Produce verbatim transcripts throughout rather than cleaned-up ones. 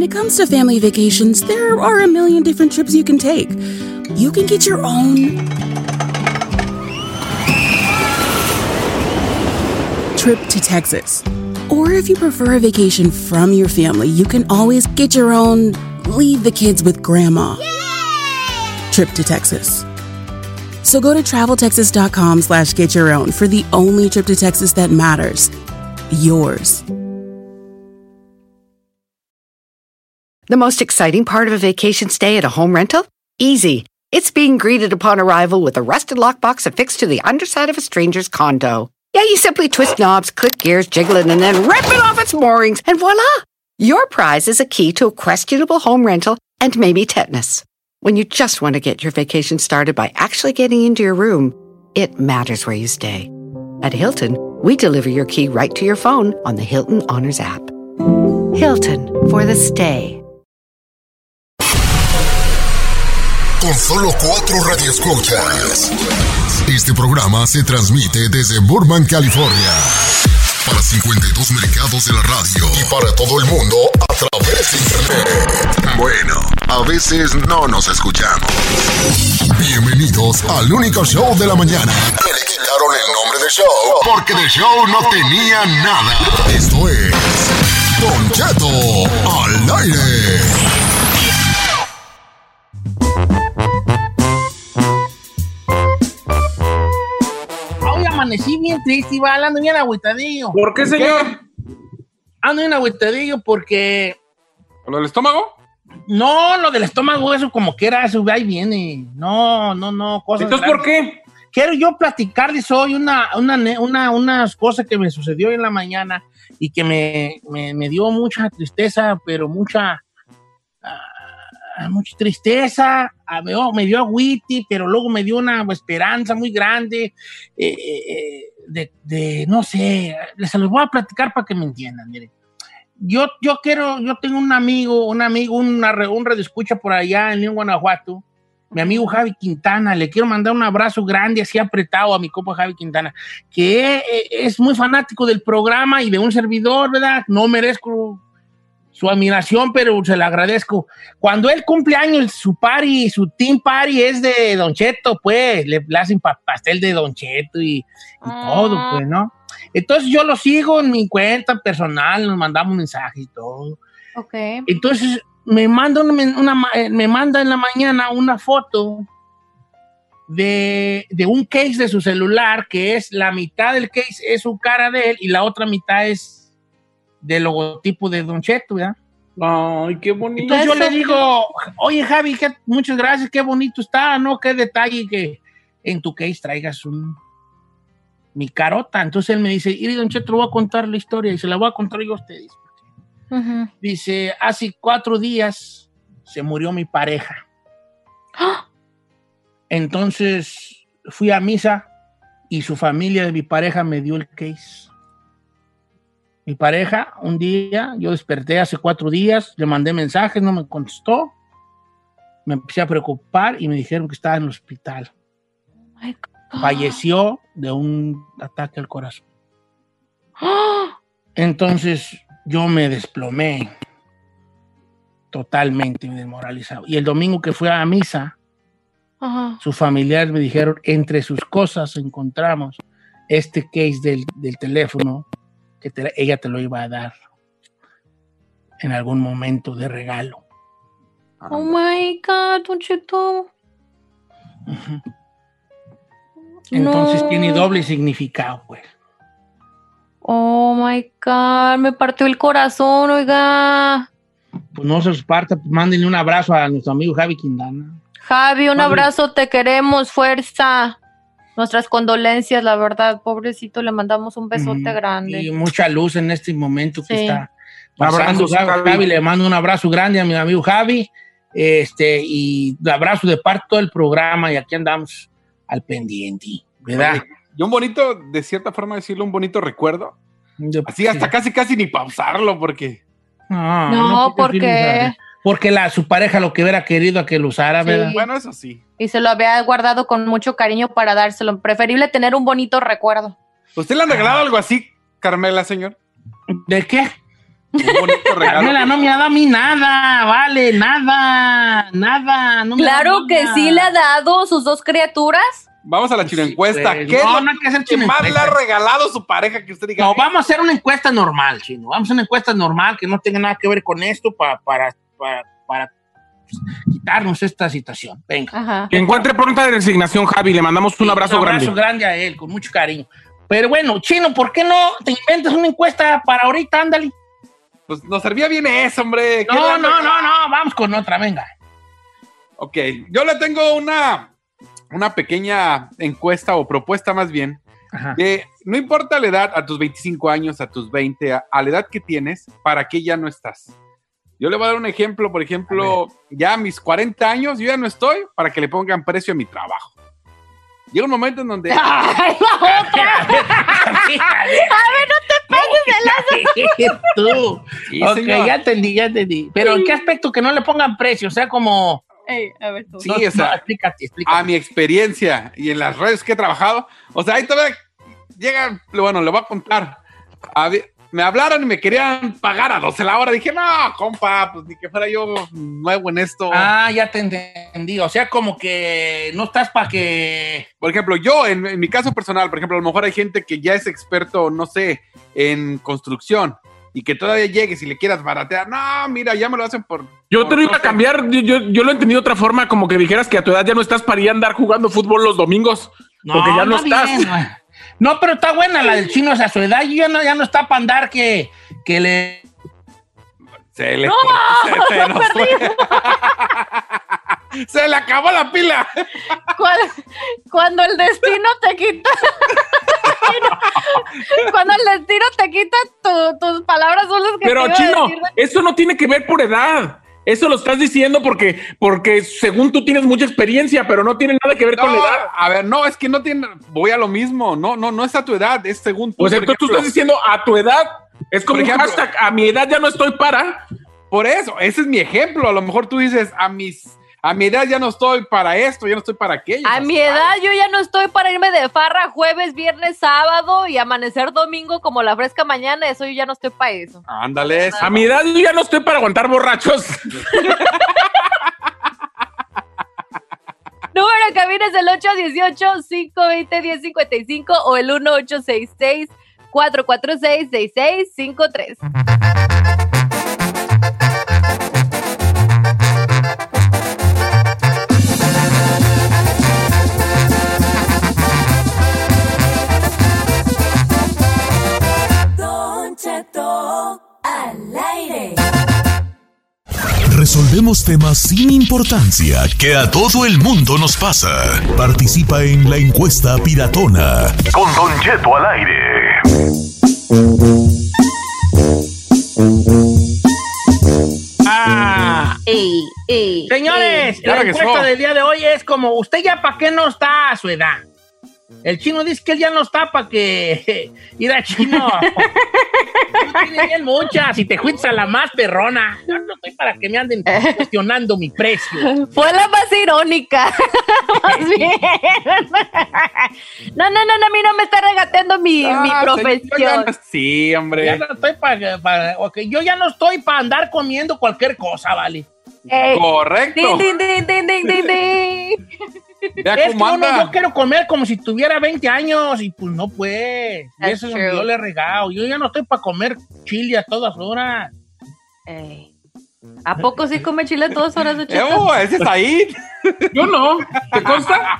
it comes to family vacations, there are a million different trips you can take. You can get your own trip to Texas. Or if you prefer a vacation from your family, you can always get your own leave the kids with grandma Yay! Trip to Texas. So go to traveltexas.com slash get your own for the only trip to Texas that matters. Yours. The most exciting part of a vacation stay at a home rental? Easy. It's being greeted upon arrival with a rusted lockbox affixed to the underside of a stranger's condo. Yeah, you simply twist knobs, click gears, jiggle it, and then rip it off its moorings, and voila! Your prize is a key to a questionable home rental and maybe tetanus. When you just want to get your vacation started by actually getting into your room, it matters where you stay. At Hilton, we deliver your key right to your phone on the Hilton Honors app. Hilton for the stay. Con solo cuatro radioescuchas. Este programa se transmite desde Burbank, California, para cincuenta y dos mercados de la radio y para todo el mundo a través de internet. Bueno, a veces no nos escuchamos. Bienvenidos al único show de la mañana. Que le quitaron el nombre de show porque de show no tenía nada. Esto es Don Cheto al aire. Amanecí bien triste y va ando bien agüitadillo. ¿Por qué, señor? Ando bien agüitadillo porque... ¿Lo del estómago? No, lo del estómago, eso como que era, eso va y viene. No, no, no, cosas... ¿Entonces por qué? Quiero yo platicarles hoy una, una, una, unas cosas que me sucedió en la mañana y que me, me, me dio mucha tristeza, pero mucha... Uh, mucha tristeza, me, me dio agüiti, pero luego me dio una esperanza muy grande eh, eh, de, de, no sé, les los voy a platicar para que me entiendan, miren. Yo, yo quiero, yo tengo un amigo, un amigo, una, un radioescucha por allá en León, Guanajuato, mi amigo Javi Quintana, le quiero mandar un abrazo grande, así apretado a mi compa Javi Quintana, que es muy fanático del programa y de un servidor, ¿verdad? No merezco su admiración, pero se la agradezco. Cuando él cumple años, su party, su team party es de Don Cheto, pues, le, le hacen pa pastel de Don Cheto y, y ah. todo, pues, ¿no? Entonces yo lo sigo en mi cuenta personal, nos mandamos mensajes y todo. Ok. Entonces me manda, una, una, me manda en la mañana una foto de, de un case de su celular, que es la mitad del case es su cara de él y la otra mitad es del logotipo de Don Cheto, ¿verdad? Ay, qué bonito. Entonces yo le digo, oye Javi, qué, muchas gracias, qué bonito está, ¿no? Qué detalle que en tu case traigas un, mi carota. Entonces él me dice, y Don Cheto, le voy a contar la historia y se la voy a contar yo a ustedes. Uh-huh. Dice, hace cuatro días se murió mi pareja. ¡Ah! Entonces fui a misa y su familia de mi pareja me dio el case. Mi pareja, un día, yo desperté hace cuatro días, le mandé mensajes, no me contestó, me empecé a preocupar y me dijeron que estaba en el hospital. Oh, falleció de un ataque al corazón. Oh. Entonces yo me desplomé totalmente, me desmoralizaba. Y el domingo que fui a la misa, uh-huh. sus familiares me dijeron, entre sus cosas encontramos este case del, del teléfono que te, ella te lo iba a dar en algún momento de regalo. Oh my God, Don Cheto. Uh-huh. Entonces no. Tiene doble significado, pues. Oh my God, me partió el corazón, oiga. Pues no se os parta, pues mándenle un abrazo a nuestro amigo Javi Quintana. Javi, un Javi. abrazo, te queremos, fuerza. Nuestras condolencias, la verdad, pobrecito, le mandamos un besote mm, grande. Y mucha luz en este momento que sí. está pasando. Javi, Javi. Javi, le mando un abrazo grande a mi amigo Javi, este, y un abrazo de parte de todo el programa, y aquí andamos al pendiente, ¿verdad? Oye, y un bonito, de cierta forma decirlo, un bonito recuerdo. Yo, así hasta sí. casi, casi ni pausarlo, porque... No, no, no porque... Porque la, su pareja lo que hubiera querido a que lo usara, sí. ¿verdad? Bueno, eso sí. Y se lo había guardado con mucho cariño para dárselo. Preferible tener un bonito recuerdo. ¿Usted le han regalado ah. algo así, Carmela, señor? ¿De qué? Un bonito regalo. Carmela no me ha dado a mí nada, vale, nada, nada. No me claro da que nada. sí le ha dado sus dos criaturas. Vamos a la chino encuesta. pues, ¿Qué no, es lo no hay que hacer que chino más le encuesta. ha regalado su pareja que usted diga? No, vamos a hacer una encuesta normal, Chino. Vamos a hacer una encuesta normal que no tenga nada que ver con esto para, para, para, para pues, quitarnos esta situación. Venga. Ajá. Que encuentre pronta designación, Javi. Le mandamos un abrazo un grande. abrazo grande a él, con mucho cariño. Pero bueno, Chino, ¿por qué no te inventas una encuesta para ahorita? Ándale. Pues nos servía bien eso, hombre. ¿Qué le No, han no, no, regalado? no, vamos con otra, venga. Ok, yo le tengo una, una pequeña encuesta o propuesta más bien. Ajá. De, no importa la edad, a tus veinticinco años, a tus veinte, a, a la edad que tienes, ¿para qué ya no estás? Yo le voy a dar un ejemplo, por ejemplo, ya a mis cuarenta años, yo ya no estoy para que le pongan precio a mi trabajo. Llega un momento en donde... ¡Ay, la otra! A ver, no te pegues de la... Tú. Sí, Ok, señor. ya entendí, ya entendí. Pero ¿en qué aspecto que no le pongan precio? O sea, como... Ey, a ver tú. Sí, no, o sea, no, explícate, explícate. a mi experiencia y en las redes que he trabajado, o sea, ahí todavía llegan, bueno, le voy a contar. A ver, me hablaron y me querían pagar a doce la hora. Dije, no, compa, pues ni que fuera yo nuevo en esto. Ah, ya te entendí. O sea, como que no estás para que... Por ejemplo, yo, en, en mi caso personal, por ejemplo, a lo mejor hay gente que ya es experto, no sé, en construcción y que todavía llegues y le quieras baratear. No, mira, ya me lo hacen por... Yo por te lo iba a doce. cambiar. Yo, yo, yo lo entendí de otra forma, como que dijeras que a tu edad ya no estás para ir a andar jugando fútbol los domingos. porque ya no está estás. bien, güey. No, pero está buena la del Chino, o sea, a su edad ya no, ya no está para andar que, que le... Se le, ¡No! se, se nos fue. Se le acabó la pila. Cuando, cuando el destino te quita. Cuando el destino te quita, tu- tus palabras son las que Pero, te iba a Chino, decir. eso no tiene que ver por edad. Eso lo estás diciendo porque, porque según tú tienes mucha experiencia, pero no tiene nada que ver con la No, edad. a ver, no, es que no tiene. Voy a lo mismo. No, no, no es a tu edad, es según tú. Pues por entonces tú ejemplo. estás diciendo a tu edad. Es como Por un ejemplo. hashtag, a mi edad ya no estoy para. Por eso, ese es mi ejemplo. A lo mejor tú dices, a mis. A mi edad ya no estoy para esto, ya no estoy para aquello. A mi edad yo ya no estoy para irme de farra jueves, viernes, sábado y amanecer domingo como la fresca mañana. Eso yo ya no estoy para eso. Ándale. A mi edad yo ya no estoy para aguantar borrachos. Número de cabina es el ocho uno ocho, cinco dos cero, uno cero cinco cinco o el uno ocho seis seis, cuatro cuatro seis, seis seis cinco tres. Don Cheto al aire. Resolvemos temas sin importancia que a todo el mundo nos pasa. Participa en la encuesta piratona. Con Don Cheto al aire. Ah, Ey, ey, señores, ey. Ya la regresó. encuesta del día de hoy es como, ¿usted ya para qué no está a su edad? El Chino dice que él ya no está para que... Ir a Chino. Tú tienes bien muchas y te fuiste a la más perrona. Yo no estoy para que me anden cuestionando mi precio. Fue la más irónica. Más bien. No, no, no, no, a mí no me está regateando mi, Ah, mi señor, profesión. ya no- Sí, Ya hombre. no estoy para... okay, yo ya no estoy para andar comiendo cualquier cosa, ¿vale? Ey. Correcto. Din, din, din, din, din, din. Vea Es que cómo uno, anda. yo quiero comer como si tuviera veinte años y pues no pues. Y That's eso es true. lo que yo le he regado. Yo ya no estoy para comer chile a todas horas. Ey. ¿A poco sí come chile a todas horas de Eh, Cheto? oh, ese es ahí. Yo no. ¿Te consta?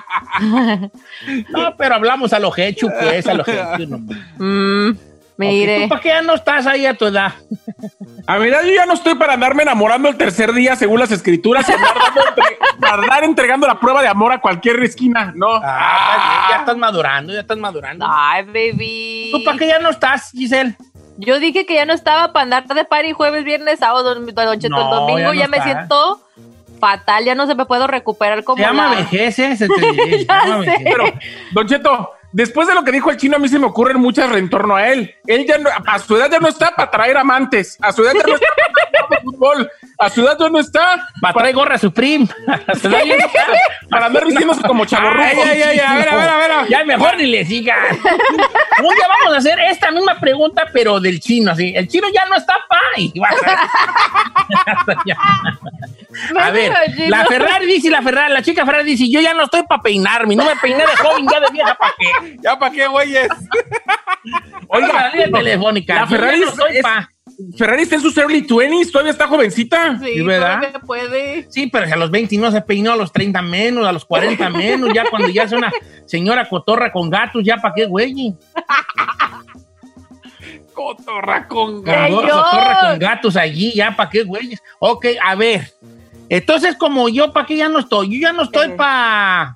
No, pero hablamos a lo hecho, pues, a lo hecho. No. Mm, mire. ¿Tú para qué ya no estás ahí a tu edad? A mi edad yo ya no estoy para andarme enamorando el tercer día según las escrituras y andar, dando entre- para andar entregando la prueba de amor a cualquier esquina. No. Ah, está bien, ya estás madurando, ya estás madurando. Ay, baby. ¿Tú para qué ya no estás, Giselle? Yo dije que ya no estaba para andar de party jueves, viernes, sábado, don Don Cheto. No, El domingo ya no ya me está. siento fatal, ya no se me puedo recuperar como Se llama la- vejez, ¿eh? Se te se Ya llama sé. vejez. Pero, Don Cheto, después de lo que dijo el Chino, a mí se me ocurren muchas en torno a él. Él ya no, a su edad ya no está para traer amantes. A su edad ya no está para jugar fútbol. A su edad ya no está. Para traer gorra Supreme. A su edad ya no está. Para andar vistiéndose como chavorruco. Ay, ay, ay, a ver, a ver, a ver. Ya mejor ni le sigan. Un día vamos a hacer esta misma pregunta, pero del chino, así. El chino ya no está pa. Y vas a... a ver, la Ferrari dice, la Ferrari, la chica Ferrari dice, yo ya no estoy para peinarme. No me peiné de joven, ya de vieja, ¿para qué? ¿Ya para qué, güeyes? Oiga, la línea telefónica. La Ferrari yo ya no es, estoy pa. Ferrari está en sus early twenties, todavía está jovencita. Sí, ¿verdad? todavía puede. Sí, pero si a los veinte no se peinó, a los treinta menos, a los cuarenta menos, ya cuando ya es una señora cotorra con gatos, ya para qué, güey. Cotorra con Cotorra, cotorra con gatos allí, ya para qué, güey. Ok, a ver. Entonces, como yo, ¿para qué ya no estoy? Yo ya no estoy para...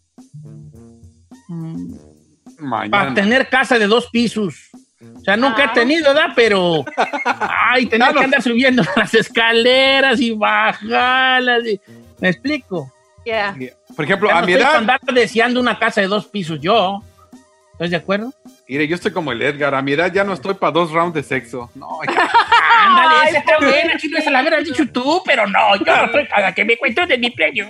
Para tener casa de dos pisos. O sea, nunca Ah. he tenido, ¿verdad? Pero... Ay, tenía No, no. que andar subiendo las escaleras y bajarlas. y- ¿Me explico? Yeah. Por ejemplo, Ya a no mi estoy edad, para andar deseando una casa de dos pisos yo. ¿Estás de acuerdo? mire, yo estoy como el Edgar. A mi edad ya no estoy para dos rounds de sexo. No, ya. Ándale, Ay, ese está buena, chino, esa la hubieras dicho tú, pero no, yo no estoy para que me cuentes de mi premio.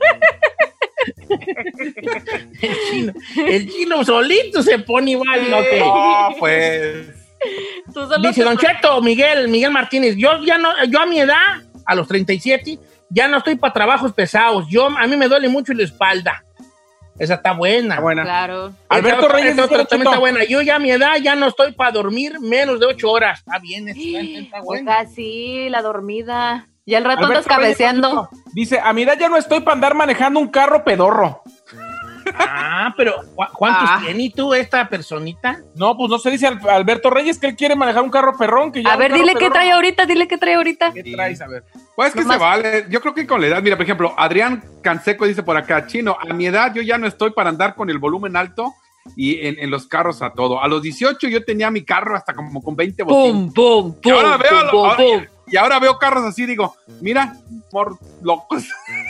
El chino, el chino solito se pone igual. Ok. No, pues. Tú solo Dice te- Don Cheto, Miguel, Miguel Martínez, yo ya no, yo a mi edad, a los treinta y siete, ya no estoy para trabajos pesados. Yo, a mí me duele mucho la espalda. Esa está buena. Está buena. Claro. Alberto Esta- Reyes esta dice, otra también Cheto. está buena. Yo ya a mi edad ya no estoy para dormir menos de ocho horas. Está bien, está, está buena. Oiga, sí, la dormida. Ya el rato Alberto andas Reyes, cabeceando. Dice, a mi edad ya no estoy para andar manejando un carro pedorro. Ah, pero ¿cu- ¿cuántos Ah. tiene tú esta personita? No, pues no se dice Al- Alberto Reyes que él quiere manejar un carro perrón. Que ya A un ver, carro dile qué pedorro. trae ahorita, dile qué trae ahorita. ¿Qué traes? A ver. Pues que Nomás- se vale. Yo creo que con la edad, mira, por ejemplo, Adrián Canseco dice por acá, Chino, a mi edad yo ya no estoy para andar con el volumen alto y en, en los carros a todo. A los dieciocho yo tenía mi carro hasta como con veinte bocinas. Pum, pum, Y ahora pum, veo, pum, pum, ahora- pum. y ahora veo carros así, digo, mira, por locos.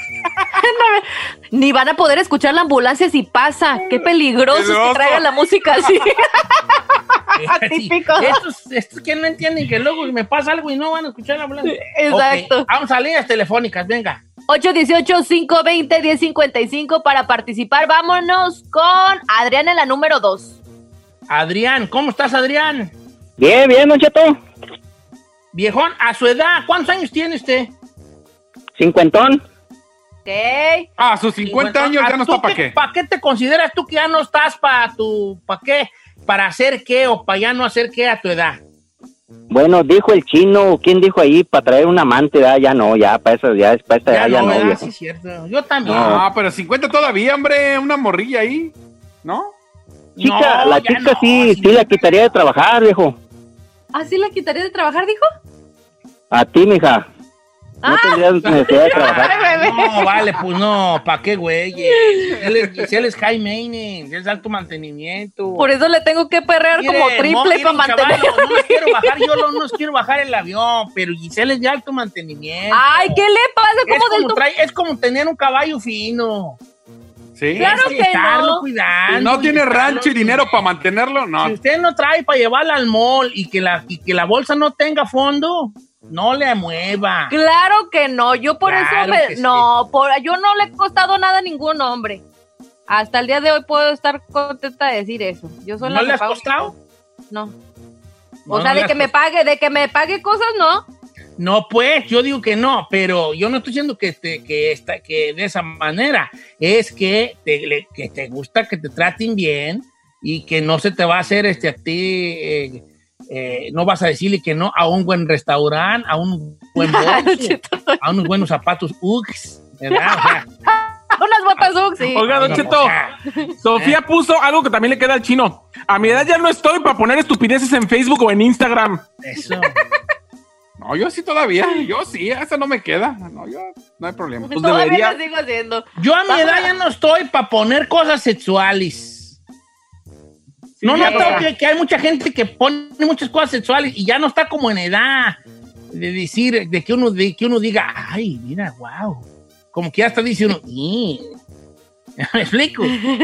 Ni van a poder escuchar la ambulancia si pasa. Qué peligroso es que Peligroso. traigan la música así. Típico. Sí, Estos, estos que no entienden que luego me pasa algo y no van a escuchar la ambulancia. Exacto. Ok, vamos a líneas telefónicas, venga. ocho uno ocho, cinco dos cero, uno cero cinco cinco para participar. Vámonos con Adrián en la número dos. Adrián, ¿cómo estás, Adrián? Bien, bien, Don Cheto. Viejón, a su edad, ¿cuántos años tiene usted? Cincuentón. Ok. Ah, a sus cincuenta años ya no está para qué. ¿Para qué te consideras tú que ya no estás para tu, para qué? ¿Para hacer qué o para ya no hacer qué a tu edad? Bueno, dijo el chino, ¿quién dijo ahí? Para traer un amante, ¿verdad? Ya no, ya, para eso, ya, para esta edad ya no, ¿verdad? viejo. Sí, cierto. Yo también. No. Ah, pero cincuenta todavía, hombre, una morrilla ahí, ¿no? Chica, No, la ya chica no, sí, sí. sí la quitaría de trabajar, viejo. ¿Así la quitaría de trabajar, dijo? A ti, mija. No Ah. tendrías necesidad de trabajar. No, vale, pues no, ¿para qué, güey? Él es, Giselle es high maintenance, es alto mantenimiento. Por eso le tengo que perrear Mire, como mo- triple miren, para mantener. chavalos, no los quiero bajar, yo lo- no los quiero bajar el avión, pero Giselle es de alto mantenimiento. Ay, ¿qué le pasa? es ¿Cómo del como, tu- trae- es como tener un caballo fino. Sí. Claro Es que estarlo no. cuidando. Si no y tiene estarlo- rancho y dinero para mantenerlo, no. Si usted no trae para llevarla al mall y que la, y que la bolsa no tenga fondo, no le mueva. Claro que no, yo por Claro eso que me... sí. No, por, yo no le he costado nada a ningún hombre. Hasta el día de hoy puedo estar contenta de decir eso. Yo soy ¿No la le que has pago costado? todo. No. No, O no sea, le de has que me costado. pague, de que me pague cosas, no. No, pues, yo digo que no, pero yo no estoy diciendo que, te, que, esta, que de esa manera. Es que te, le- que te gusta que te traten bien y que no se te va a hacer este, a ti, eh, eh, no vas a decirle que no a un buen restaurante, a un buen bolso, a unos buenos zapatos Uggs, ¿verdad? O sea, Unas botas Ugg, sí. Oiga, Don no, Cheto, o sea, Sofía puso algo que también le queda al chino. A mi edad ya no estoy para poner estupideces en Facebook o en Instagram. eso. No, yo sí todavía. Yo sí, esa no me queda. No, yo no hay problema. Pues Todavía debería- lo sigo haciendo. Yo a mi edad ya no estoy para poner cosas sexuales. No, no, ya. creo que, que hay mucha gente que pone muchas cosas sexuales y ya no está como en edad de decir, de que uno, de que uno diga, ay, mira, wow. Como que ya hasta dice uno, "Ih". ¿Me explico?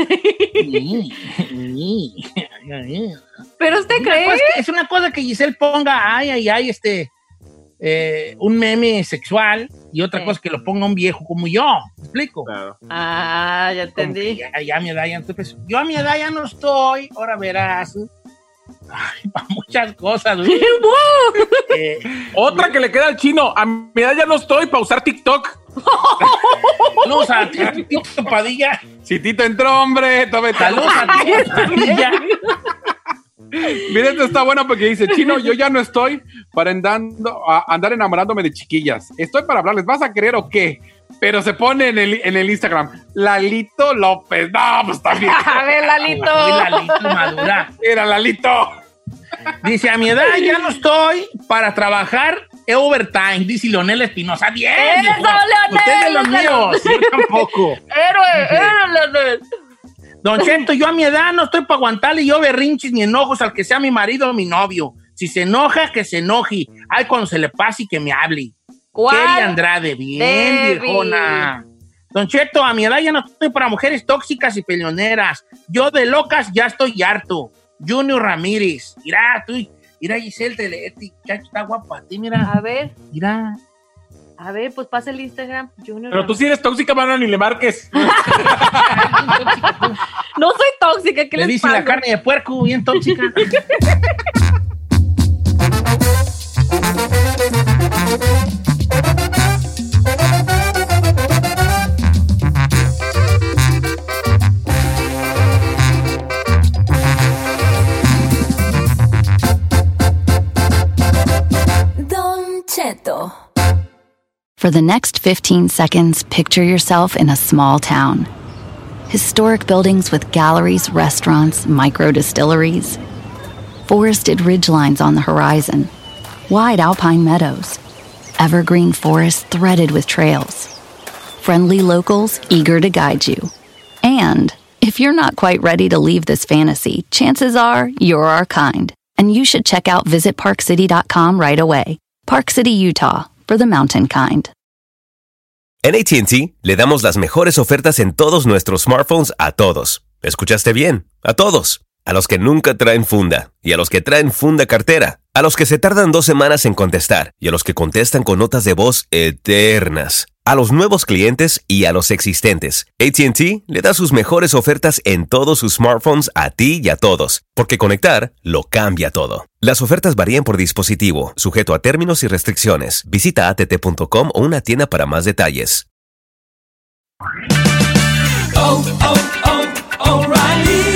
"Ih, ih". ¿Pero usted Una cree? cosa que- es una cosa que Giselle ponga, ay, ay, ay, este, eh, un meme sexual y otra Sí. cosa que lo ponga un viejo como yo. ¿Me explico? Claro. Ah, ya Como que entendí. Ya, ya a mi edad ya no estoy pensando. Yo a mi edad ya no estoy. Ahora verás. Ay, para muchas cosas. güey. eh, Otra que le queda al chino. A mi edad ya no estoy para usar TikTok. saludos a ti, Tito Padilla. Si Tito entró, hombre, tome Saludos a Tito Padilla. Mira, esto está bueno porque dice, Chino, yo ya no estoy para andando, a andar enamorándome de chiquillas. Estoy para hablarles, ¿vas a creer o qué? Pero se pone en el, en el Instagram, Lalito López. No, pues también. A ver, Lalito. Uy, Lalito Madura. Era Lalito. Dice, a mi edad ya no estoy para trabajar overtime. Dice Leonel Espinosa. Bien, ¡Eso, viejo. Leonel! Usted de los míos. Yo tampoco. Héroe, héroe, Leonel. Don Cheto, yo a mi edad no estoy para aguantarle yo berrinches ni enojos al que sea mi marido o mi novio. Si se enoja, que se enoje. Ay, cuando se le pase y que me hable. ¿Cuál? Kelly Andrade, bien, Debbie. viejona. Don Cheto, a mi edad ya no estoy para mujeres tóxicas y peleoneras. Yo de locas ya estoy harto. Junior Ramírez. Mira, tú, mira Giselle Teletti, chacho, está guapa. Ti, mira, A ver, mira. a ver, pues pasa el Instagram. Junior. Pero tú sí eres tóxica, mano, ni le marques. No soy tóxica, ¿qué Le les dice pasa? la carne de puerco, bien tóxica. Don Cheto. For the next fifteen seconds, picture yourself in a small town. Historic buildings with galleries, restaurants, micro distilleries. Forested ridgelines on the horizon. Wide alpine meadows. Evergreen forests threaded with trails. Friendly locals eager to guide you. And if you're not quite ready to leave this fantasy, chances are you're our kind. And you should check out visit park city dot com right away. Park City, Utah, for the mountain kind. En A T and T le damos las mejores ofertas en todos nuestros smartphones a todos. ¿Escuchaste bien? A todos. A los que nunca traen funda y a los que traen funda cartera. A los que se tardan dos semanas en contestar y a los que contestan con notas de voz eternas. A los nuevos clientes y a los existentes. A T and T le da sus mejores ofertas en todos sus smartphones a ti y a todos. Porque conectar lo cambia todo. Las ofertas varían por dispositivo, sujeto a términos y restricciones. Visita A T T punto com o una tienda para más detalles. Oh, oh, oh, O'Reilly.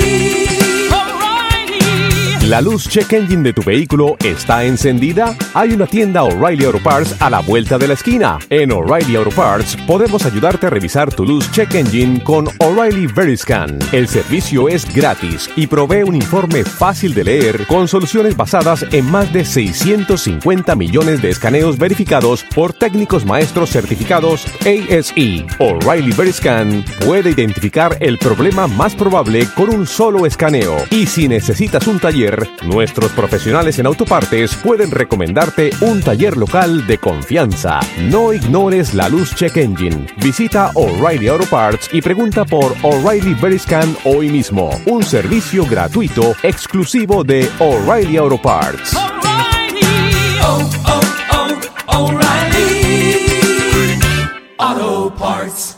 ¿La luz check engine de tu vehículo está encendida? Hay una tienda O'Reilly Auto Parts a la vuelta de la esquina. En O'Reilly Auto Parts podemos ayudarte a revisar tu luz check engine con O'Reilly Veriscan. El servicio es gratis y provee un informe fácil de leer con soluciones basadas en más de seiscientos cincuenta millones de escaneos verificados por técnicos maestros certificados A S E. O'Reilly Veriscan puede identificar el problema más probable con un solo escaneo. Y si necesitas un taller, nuestros profesionales en autopartes pueden recomendarte un taller local de confianza. No ignores la luz check engine. Visita O'Reilly Auto Parts y pregunta por O'Reilly Veriscan hoy mismo. Un servicio gratuito exclusivo de O'Reilly Auto Parts. Oh, oh, oh, O'Reilly. Auto Parts.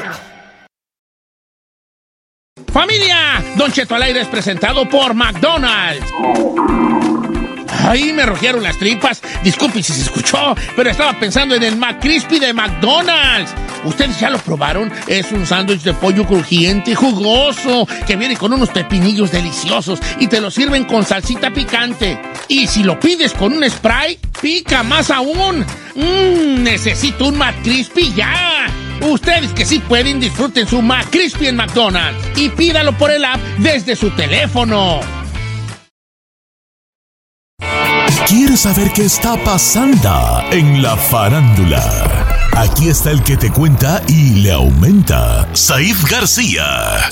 ¡Familia! Don Cheto al aire es presentado por McDonald's. Ay, me rugieron las tripas. Disculpe si se escuchó, pero estaba pensando en el McCrispy de McDonald's. ¿Ustedes ya lo probaron? Es un sándwich de pollo crujiente y jugoso que viene con unos pepinillos deliciosos y te lo sirven con salsita picante. Y si lo pides con un spray, pica más aún. Mmm, necesito un McCrispy ya. Ustedes que sí pueden, disfruten su McCrispy en McDonald's y pídalo por el app desde su teléfono. ¿Quieres saber qué está pasando en la farándula? Aquí está el que te cuenta y le aumenta, Saif García.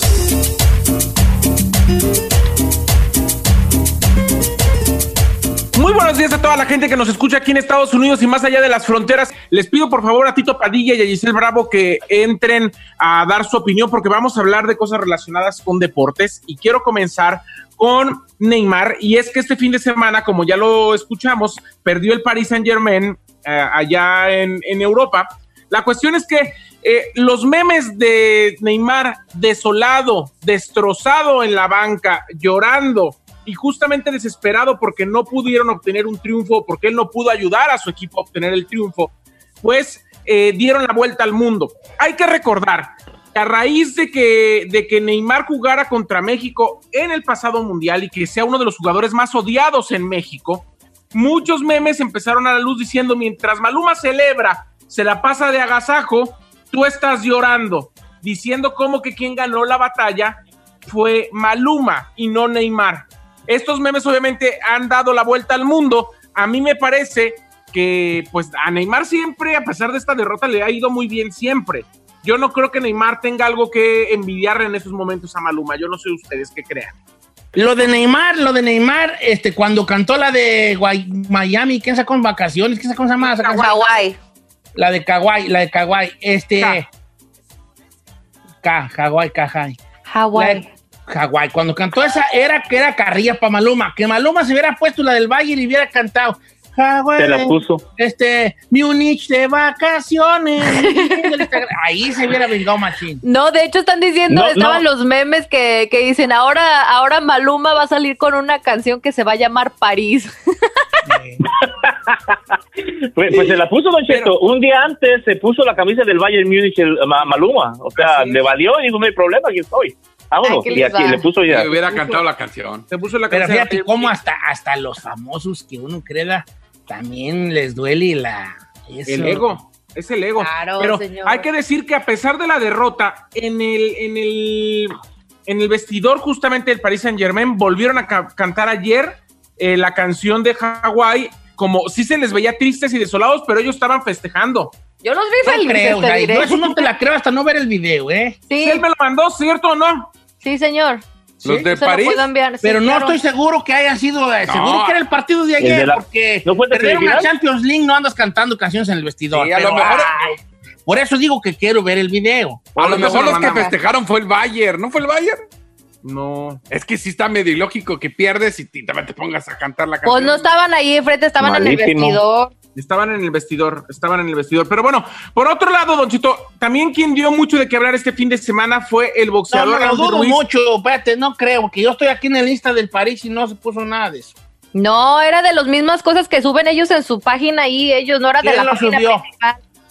Muy buenos días a toda la gente que nos escucha aquí en Estados Unidos y más allá de las fronteras. Les pido por favor a Tito Padilla y a Giselle Bravo que entren a dar su opinión porque vamos a hablar de cosas relacionadas con deportes y quiero comenzar con Neymar, y es que este fin de semana, como ya lo escuchamos, perdió el Paris Saint-Germain eh, allá en, en Europa. La cuestión es que eh, los memes de Neymar desolado, destrozado en la banca, llorando y justamente desesperado porque no pudieron obtener un triunfo, porque él no pudo ayudar a su equipo a obtener el triunfo, pues eh, dieron la vuelta al mundo. Hay que recordar que a raíz de que, de que Neymar jugara contra México en el pasado mundial y que sea uno de los jugadores más odiados en México, muchos memes empezaron a la luz diciendo, mientras Maluma celebra, se la pasa de agasajo, tú estás llorando, diciendo como que quien ganó la batalla fue Maluma y no Neymar. Estos memes obviamente han dado la vuelta al mundo. A mí me parece que pues a Neymar siempre, a pesar de esta derrota, le ha ido muy bien siempre. Yo no creo que Neymar tenga algo que envidiarle en esos momentos a Maluma. Yo no sé ustedes qué crean. Lo de Neymar, lo de Neymar, este, cuando cantó la de Guay, Miami, ¿quién sacó en vacaciones? ¿Quién sacó esa más? Hawái. La de Kauai, la de Kauai, este... K. K, Hawái, Kajai. Hawái. Hawái, cuando cantó esa, era que era carrilla para Maluma. Que Maluma se hubiera puesto la del Valle y hubiera cantado... Hawái, se la puso. Este, Múnich de vacaciones. Ahí se hubiera vengado machín. No, de hecho están diciendo, No, estaban no. los memes que, que dicen, ahora, ahora Maluma va a salir con una canción que se va a llamar París. Pues, pues se la puso, Don Cheto. Un día antes se puso la camisa del Bayern Múnich, el Ma- Maluma. O sea, Así es. le valió y dijo, no hay problema, aquí estoy. Vámonos. Ay, ¿qué Y les aquí va? le puso ya. Me hubiera cantado la canción. Se puso la Pero canción. fíjate cómo hasta, hasta los famosos que uno creda también les duele la... eso. El ego, es el ego. Claro, Pero señor. hay que decir que a pesar de la derrota, en el, en el, en el vestidor justamente del Paris Saint-Germain volvieron a ca- cantar ayer eh, la canción de Hawái, como sí se les veía tristes y desolados, pero ellos estaban festejando. Yo los vi No felices, creo, te Jai, diré. yo eso no te la creo hasta no ver el video, ¿eh? Sí, ¿Él me lo mandó, cierto o no? sí, señor. Los de Se lo París. puedo enviar, sí, Pero no claro. estoy seguro que haya sido, eh, No. seguro que era el partido de El ayer, de la- porque ¿No fue el de perdieron la semifinal? Champions League, no andas cantando canciones en el vestidor. Sí, a pero, lo mejor- ay, por eso digo que quiero ver el video. A lo Ahorita mejor se lo los que mandamos. festejaron fue el Bayern, ¿no fue el Bayern? No. Es que sí está medio ilógico que pierdes y te, te pongas a cantar la canción. Pues no estaban ahí enfrente, estaban en el Malísimo. vestidor. Estaban en el vestidor, estaban en el vestidor. Pero bueno, por otro lado, Don Chito, también quien dio mucho de qué hablar este fin de semana fue el No, boxeador no lo Andy dudo Ruiz. mucho, espérate, no creo, porque yo estoy aquí en la lista del París y no se puso nada de eso. No, era de las mismas cosas que suben ellos en su página ahí, ellos no era de ¿Quién la lo página subió? principal.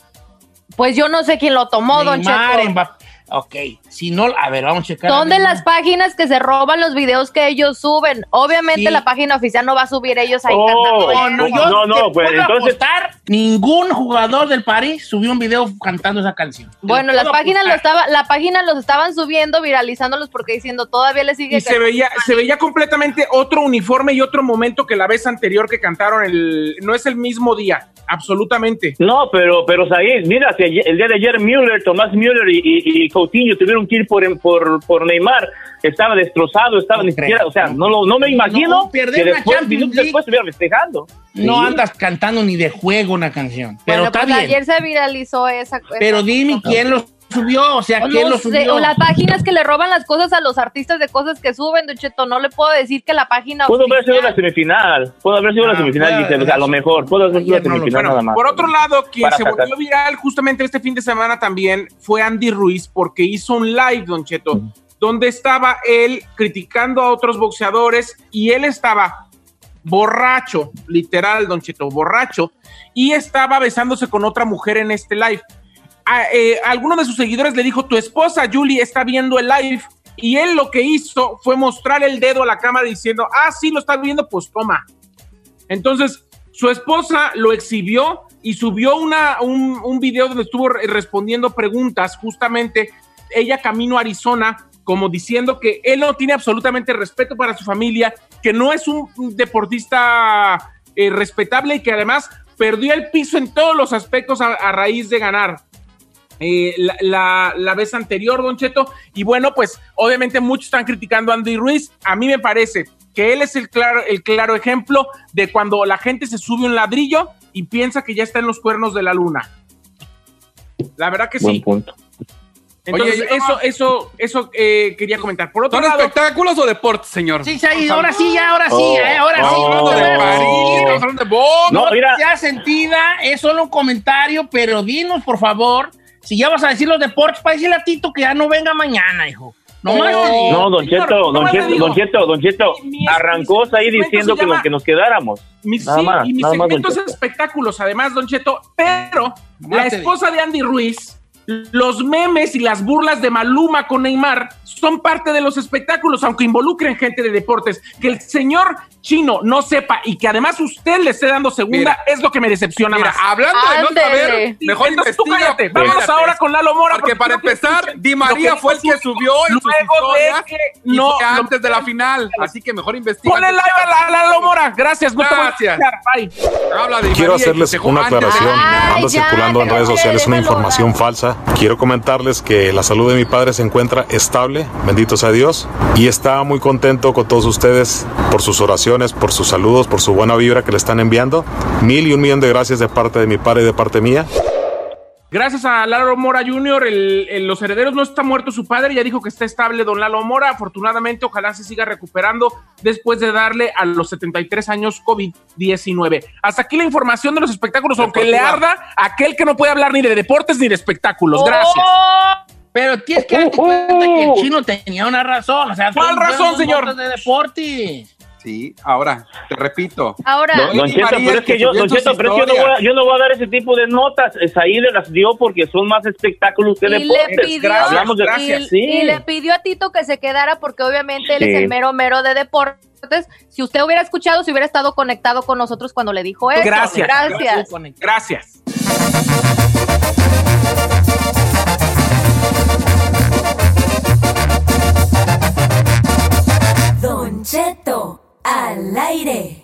Pues yo no sé quién lo tomó, Don Neymar, Cheto. Mbappé. Ok, si no, a ver, vamos a checar. Son de las páginas que se roban los videos que ellos suben. Obviamente Sí. la página oficial no va a subir ellos ahí Oh, cantando. No, no, yo No, no, te pues, puedo entonces- apostar, ningún jugador del París subió un video cantando esa canción. Te Bueno, lo las puedo páginas lo apostar. estaba, la página los estaban subiendo, viralizándolos porque diciendo todavía le sigue. Y se veía, se veía completamente otro uniforme y otro momento que la vez anterior que cantaron. El, no es el mismo día, absolutamente. No, pero, pero Said, mira, si ayer- el día de ayer Müller, Tomás Müller y, y, y Coutinho tuvieron que ir por, por, por Neymar, estaba destrozado, estaba No ni creo. siquiera, o sea, no, lo- no me imagino No, perder que una después, Champions minutos League. después estuviera festejando. No Sí. andas cantando ni de juego una canción. Pero Bueno, está pues bien. ayer se viralizó esa. Pero esa dime cosa. quién lo subió, o sea, No quién lo sé, subió. o las páginas que le roban las cosas a los artistas de cosas que suben, Don Cheto, no le puedo decir que la página Pudo haber sido oficial- la semifinal, pudo haber sido Ah, la semifinal, puede- Giselle, a lo mejor, pudo haber sido la Ayer no lo- semifinal Bueno, nada más. por otro lado, quien Para se sacar. volvió viral justamente este fin de semana también fue Andy Ruiz, porque hizo un live, Don Cheto, donde estaba él criticando a otros boxeadores y él estaba borracho, literal, Don Cheto, borracho, y estaba besándose con otra mujer en este live. A, eh, alguno de sus seguidores le dijo, tu esposa Julie está viendo el live, y él lo que hizo fue mostrar el dedo a la cámara diciendo, ah, sí, lo está viendo, pues toma. Entonces, su esposa lo exhibió y subió una, un, un video donde estuvo re- respondiendo preguntas, justamente ella camino a Arizona, como diciendo que él no tiene absolutamente respeto para su familia, que no es un deportista eh, respetable y que además perdió el piso en todos los aspectos a, a raíz de ganar. Eh, la, la, la vez anterior, Don Cheto, y bueno, pues obviamente muchos están criticando a Andy Ruiz. A mí me parece que él es el claro, el claro ejemplo de cuando la gente se sube un ladrillo y piensa que ya está en los cuernos de la luna. La verdad que Buen sí. punto. Entonces, Oye, eso, eso, eso eh, quería comentar. Por otro ¿Son lado, espectáculos o deportes, señor? Sí, sí, ahora sí, ya, ahora sí, Oh, eh, ahora oh. sí. Hablando No te de voy a París, decir, hablando de box. No, mira. ya sentida, es solo un comentario, pero dinos, por favor, si ya vas a decir los deportes, para decirle a Tito que ya no venga mañana, hijo. No más. Oh. No, Don Señor, Cheto, Don nomás le Cheto, digo. Don Cheto, Don Cheto, Mi- mi- arrancó mi ahí segmento diciendo se que llama- nos, que nos quedáramos. Mi, Nada sí, más, y mi nada más, segmento Don es Cheto. espectáculos, además, Don Cheto, pero la Mate. esposa de Andy Ruiz, los memes y las burlas de Maluma con Neymar son parte de los espectáculos, aunque involucren gente de deportes. Que el señor Chino no sepa y que además usted le esté dando segunda Mira. es lo que me decepciona Mira, más. hablando de no Ándele. saber, mejor Entonces, tú investiga. cállate. Vámonos Espérate. ahora con Lalo Mora. Porque para creo que empezar, escuchen Di lo María que fue el que dijo subió en sus luego de historias que y no, fue lo- antes de la final. Así que mejor investiga. Ponle live a la- a Lalo Mora. Gracias. No te voy a Gracias. escuchar. Bye. Habla de Di Quiero María y hacerles festejó una antes de la aclaración. final. Ay, Anda ya, circulando en redes déjalo, sociales una déjalo, información déjalo. falsa. Quiero comentarles que la salud de mi padre se encuentra estable, bendito sea Dios, y está muy contento con todos ustedes por sus oraciones, por sus saludos, por su buena vibra que le están enviando. Mil y un millón de gracias de parte de mi padre y de parte mía. Gracias a Lalo Mora junior, el, el- los herederos no está muerto su padre, ya dijo que está estable don Lalo Mora, afortunadamente ojalá se siga recuperando después de darle a los setenta y tres años COVID diecinueve. Hasta aquí la información de los espectáculos, aunque le arda a aquel que no puede hablar ni de deportes ni de espectáculos. Gracias. Oh, pero tienes que darte cuenta que el Chino tenía una razón. O sea, ¿Cuál son razón, buenos señor? votos de deporte. Sí, ahora, te repito. Ahora, Don, don Di Cheto, María pero es que yo, subió Don sus Cheto, pero es que yo no, voy a, historias. yo no voy a dar ese tipo de notas. Saíde las dio porque son más espectáculos que y le deportes. pidió, Hablamos de y, gracias, sí. y le pidió a Tito que se quedara porque obviamente él Sí. es el mero mero de deportes. Si usted hubiera escuchado, si hubiera estado conectado con nosotros cuando le dijo eso. Gracias. Gracias. Gracias. Don Cheto, al aire.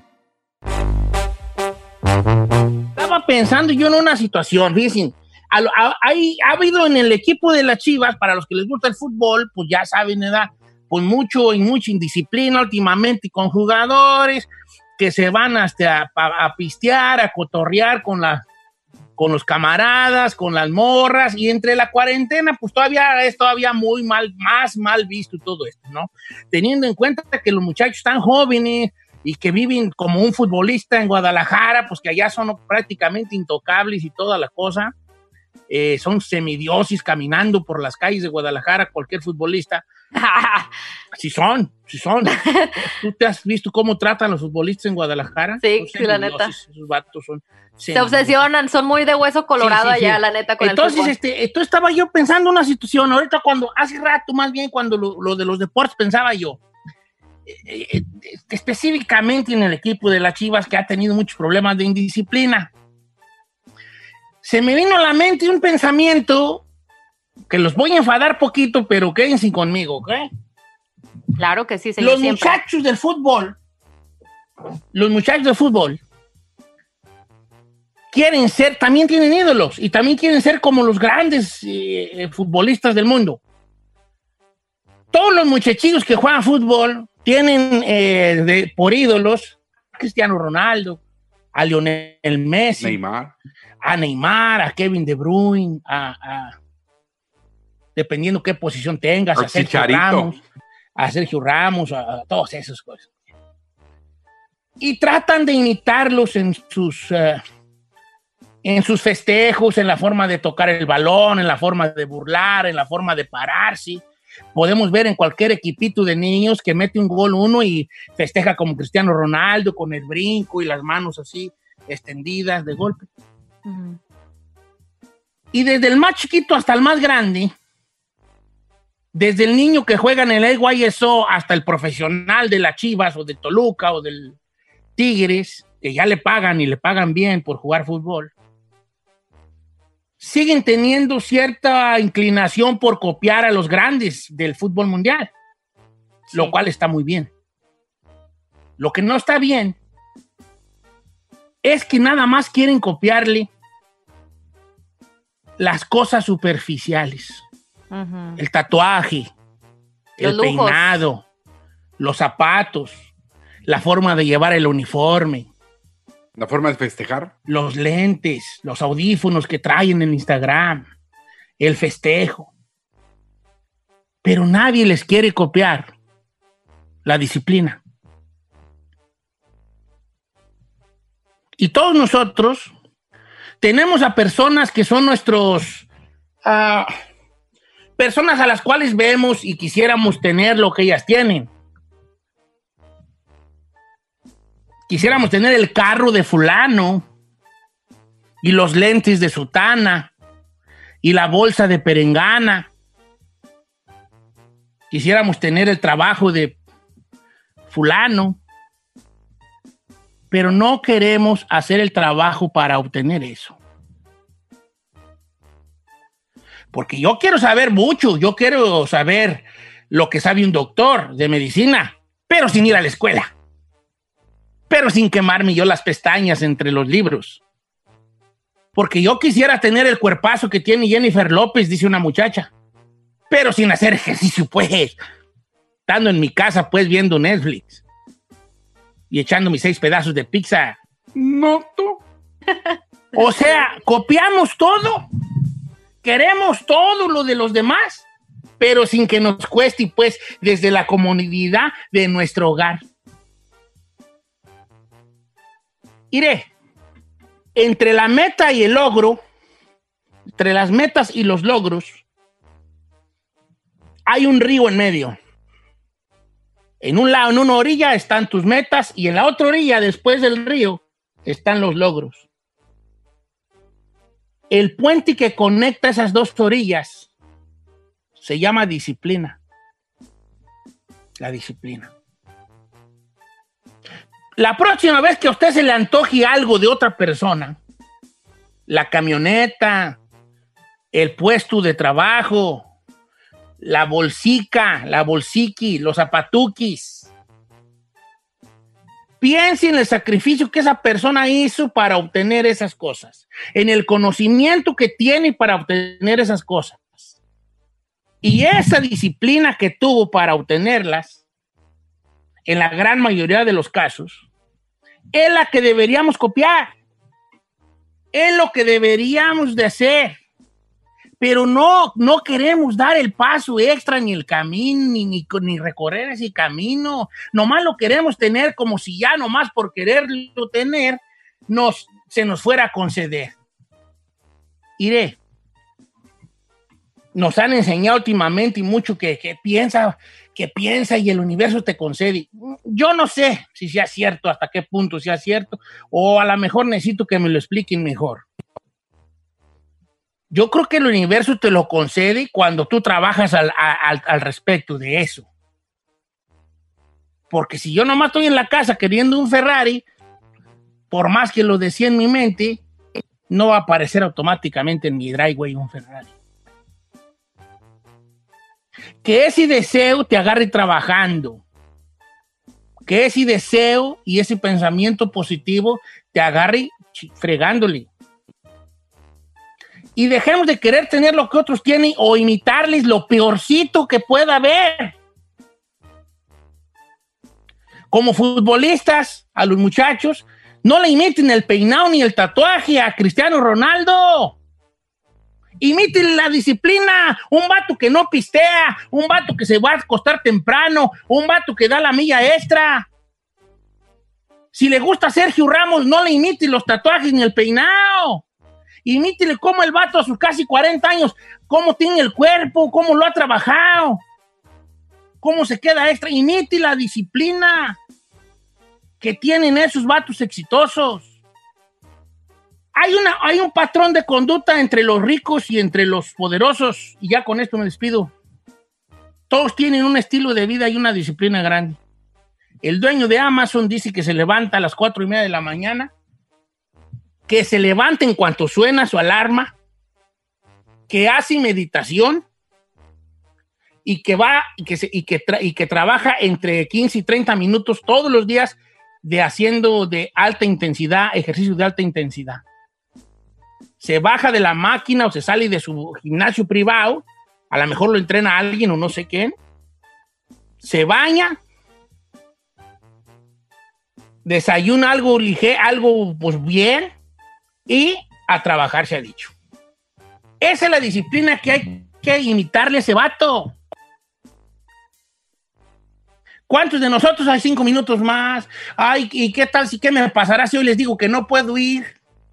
Estaba pensando yo en una situación, fíjense, a lo- a- hay- ha habido en el equipo de las Chivas, para los que les gusta el fútbol, pues ya saben, ¿verdad? Pues mucho y mucha indisciplina últimamente con jugadores que se van hasta a, a pistear, a cotorrear con, la, con los camaradas, con las morras, y entre la cuarentena, pues todavía es todavía muy mal, más mal visto todo esto, ¿no? Teniendo en cuenta que los muchachos están jóvenes y que viven como un futbolista en Guadalajara, pues que allá son prácticamente intocables y toda la cosa. Eh, son semidiosis caminando por las calles de Guadalajara, cualquier futbolista. Sí son, sí son. ¿Tú te has visto cómo tratan los futbolistas en Guadalajara? Sí, Son sí, la neta. semidiosis, esos vatos son Se obsesionan, son muy de hueso colorado Sí, sí, sí. allá, la neta, con Entonces, el fútbol. este, entonces estaba yo pensando una situación, ahorita cuando, hace rato más bien, cuando lo, lo de los deportes pensaba yo, eh, eh, específicamente en el equipo de las Chivas que ha tenido muchos problemas de indisciplina. Se me vino a la mente un pensamiento que los voy a enfadar poquito, pero quédense conmigo, ¿ok? Claro que sí, señor. Los siempre. muchachos del fútbol, los muchachos del fútbol quieren ser, también tienen ídolos y también quieren ser como los grandes eh, futbolistas del mundo. Todos los muchachillos que juegan fútbol tienen eh, de- por ídolos a Cristiano Ronaldo, a Lionel Messi, Neymar. a Neymar, a Kevin De Bruyne, a, a- dependiendo qué posición tengas, Al a Sergio Chicharito. Ramos, a Sergio Ramos, a, a todas esas cosas. Y tratan de imitarlos en sus, eh, en sus festejos, en la forma de tocar el balón, en la forma de burlar, en la forma de pararse. Podemos ver en cualquier equipito de niños que mete un gol uno y festeja como Cristiano Ronaldo, con el brinco y las manos así extendidas de golpe. Ujú. Y desde el más chiquito hasta el más grande, desde el niño que juega en el A Y S O hasta el profesional de las Chivas o de Toluca o del Tigres, que ya le pagan y le pagan bien por jugar fútbol, siguen teniendo cierta inclinación por copiar a los grandes del fútbol mundial, Sí. lo cual está muy bien. Lo que no está bien es que nada más quieren copiarle las cosas superficiales. Ujú. El tatuaje, Los el lujos. peinado, los zapatos, la forma de llevar el uniforme. La forma de festejar. Los lentes, los audífonos que traen en Instagram, el festejo. Pero nadie les quiere copiar la disciplina. Y todos nosotros tenemos a personas que son nuestros... Uh, personas a las cuales vemos y quisiéramos tener lo que ellas tienen. Quisiéramos tener el carro de fulano y los lentes de sutana y la bolsa de perengana. Quisiéramos tener el trabajo de fulano, pero no queremos hacer el trabajo para obtener eso. Porque yo quiero saber mucho, yo quiero saber lo que sabe un doctor de medicina, pero sin ir a la escuela. Pero sin quemarme yo las pestañas entre los libros. Porque yo quisiera tener el cuerpazo que tiene Jennifer López, dice una muchacha. Pero sin hacer ejercicio, pues. Estando en mi casa, pues, viendo Netflix. Y echando mis seis pedazos de pizza. No, tú. O sea, copiamos todo. Queremos todo lo de los demás, pero sin que nos cueste, pues, desde la comodidad de nuestro hogar. Iré, entre la meta y el logro, entre las metas y los logros, hay un río en medio. En un lado, en una orilla, están tus metas y en la otra orilla, después del río, están los logros. El puente que conecta esas dos orillas se llama disciplina. La disciplina. La próxima vez que a usted se le antoje algo de otra persona, la camioneta, el puesto de trabajo, la bolsica, la bolsiqui, los zapatuquis, piense en el sacrificio que esa persona hizo para obtener esas cosas, en el conocimiento que tiene para obtener esas cosas. Y esa disciplina que tuvo para obtenerlas, en la gran mayoría de los casos, es la que deberíamos copiar. Es lo que deberíamos de hacer. Pero no, no queremos dar el paso extra ni el camino, ni, ni, ni recorrer ese camino. Nomás lo queremos tener como si ya nomás por quererlo tener nos, se nos fuera a conceder. Iré. Nos han enseñado últimamente y mucho que, que piensa, que piensa y el universo te concede. Yo no sé si sea cierto, hasta qué punto sea cierto, o a lo mejor necesito que me lo expliquen mejor. Yo creo que el universo te lo concede cuando tú trabajas al, al, al respecto de eso. Porque si yo nomás estoy en la casa queriendo un Ferrari, por más que lo decía en mi mente, no va a aparecer automáticamente en mi driveway un Ferrari. Que ese deseo te agarre trabajando. Que ese deseo y ese pensamiento positivo te agarre fregándole. Y dejemos de querer tener lo que otros tienen o imitarles lo peorcito que pueda haber. Como futbolistas, a los muchachos, no le imiten el peinado ni el tatuaje a Cristiano Ronaldo. Imiten la disciplina. Un vato que no pistea, un vato que se va a acostar temprano, un vato que da la milla extra. Si le gusta a Sergio Ramos, no le imiten los tatuajes ni el peinado. Imítele cómo el vato a sus casi cuarenta años, cómo tiene el cuerpo, cómo lo ha trabajado, cómo se queda extra. Imite la disciplina que tienen esos vatos exitosos. Hay, una, hay un patrón de conducta entre los ricos y entre los poderosos, y ya con esto me despido. Todos tienen un estilo de vida y una disciplina grande. El dueño de Amazon dice que se levanta a las cuatro y media de la mañana, que se levanta en cuanto suena su alarma, que hace meditación y que va y que, se, y que, tra, y que trabaja entre quince y treinta minutos todos los días de haciendo de alta intensidad, ejercicio de alta intensidad. Se baja de la máquina o se sale de su gimnasio privado, a lo mejor lo entrena alguien o no sé quién, se baña, desayuna algo ligero, algo pues bien, y a trabajar, se ha dicho. Esa es la disciplina que hay que imitarle a ese vato. ¿Cuántos de nosotros hay cinco minutos más? Ay, ¿y qué tal si qué me pasará si hoy les digo que no puedo ir?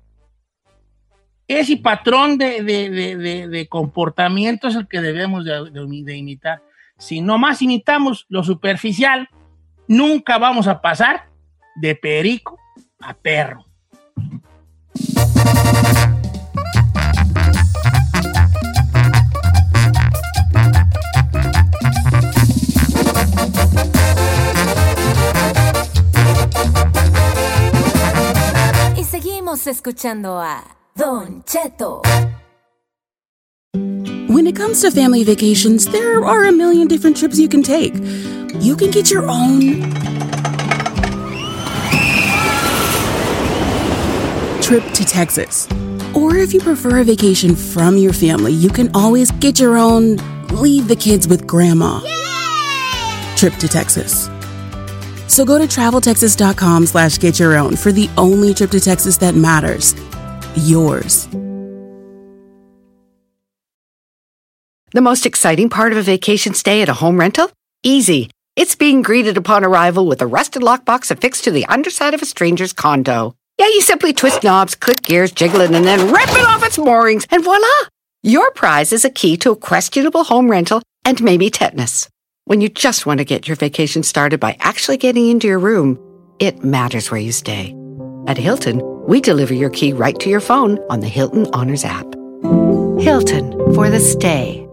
Ese patrón de, de, de, de, de comportamiento es el que debemos de, de, de imitar. Si nomás imitamos lo superficial, nunca vamos a pasar de perico a perro. Y seguimos escuchando a Don Cheto. When it comes to family vacations, there are a million different trips you can take. You can get your own trip to Texas. Or if you prefer a vacation from your family, you can always get your own leave the kids with grandma trip to Texas. So go to traveltexas.com slash get your own for the only trip to Texas that matters. Yours. The most exciting part of a vacation stay at a home rental? Easy. It's being greeted upon arrival with a rusted lockbox affixed to the underside of a stranger's condo. Yeah, you simply twist knobs, click gears, jiggle it, and then rip it off its moorings, and voila! Your prize is a key to a questionable home rental and maybe tetanus. When you just want to get your vacation started by actually getting into your room, it matters where you stay. At Hilton, we deliver your key right to your phone on the Hilton Honors app. Hilton, for the stay.